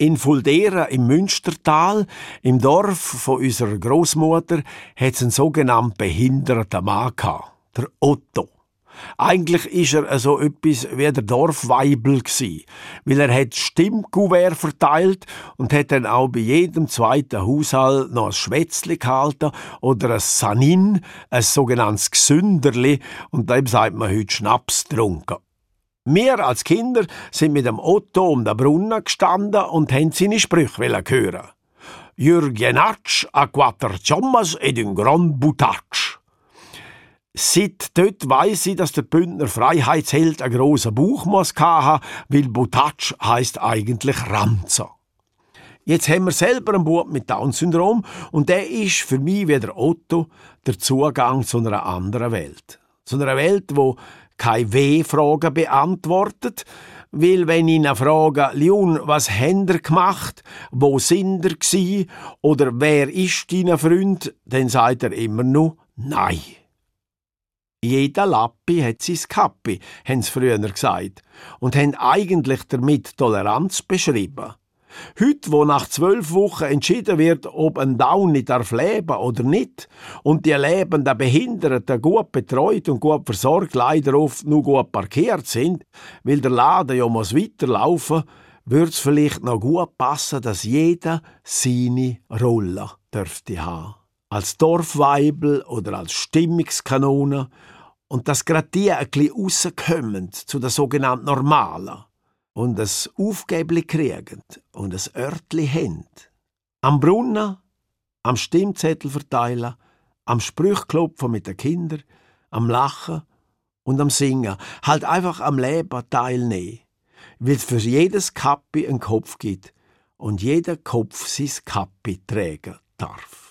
In Fuldera im Münstertal, im Dorf von unserer Großmutter, hat es einen sogenannten behinderten Mann gehabt, der Otto. Eigentlich ist er so etwas wie der Dorfweibel gsi, weil er hat Stimmkuvert verteilt und hat dann auch bei jedem zweiten Haushalt noch ein Schwätzli gehalten oder ein Sanin, ein sogenanntes Gsünderli, und dem sagt man heute Schnaps getrunken. Wir als Kinder sind mit dem Otto um den Brunnen gestanden und haben seine Sprüche hören. Jürgenatsch, a quattro ciommas ed un gran butatsch. Seit dort weiss ich, dass der Bündner Freiheitsheld einen grossen Bauch muss haben, weil Butatsch heisst eigentlich Ranzer. Jetzt haben wir selber einen Bub mit Down-Syndrom und der ist für mich wie der Otto der Zugang zu einer anderen Welt. Zu einer Welt, wo keine W-Fragen beantwortet, weil wenn ich ihn frage, Leon, was habt ihr gemacht, wo sind ihr gsi oder wer ist dein Freund, dann sagt er immer nur Nein. Jeder Lappi hat sein Kappi, haben sie früher gesagt, und haben eigentlich damit Toleranz beschrieben. Heute, wo nach 12 Wochen entschieden wird, ob ein Down nicht leben darf oder nicht, und die lebenden Behinderten gut betreut und gut versorgt leider oft nur gut parkiert sind, weil der Laden ja muss weiterlaufen, würde es vielleicht noch gut passen, dass jeder seine Rolle dürfte haben. Als Dorfweibel oder als Stimmungskanone, und dass gerade die ein bisschen rauskommen zu der sogenannten Normalen und ein Aufgebli kriegen und ein Örtli haben. Am Brunnen, am Stimmzettel verteilen, am Sprüchklopfen mit den Kindern, am Lachen und am Singen. Halt einfach am Leben teilnehmen, weil es für jedes Kappi einen Kopf gibt und jeder Kopf sein Kappi tragen darf.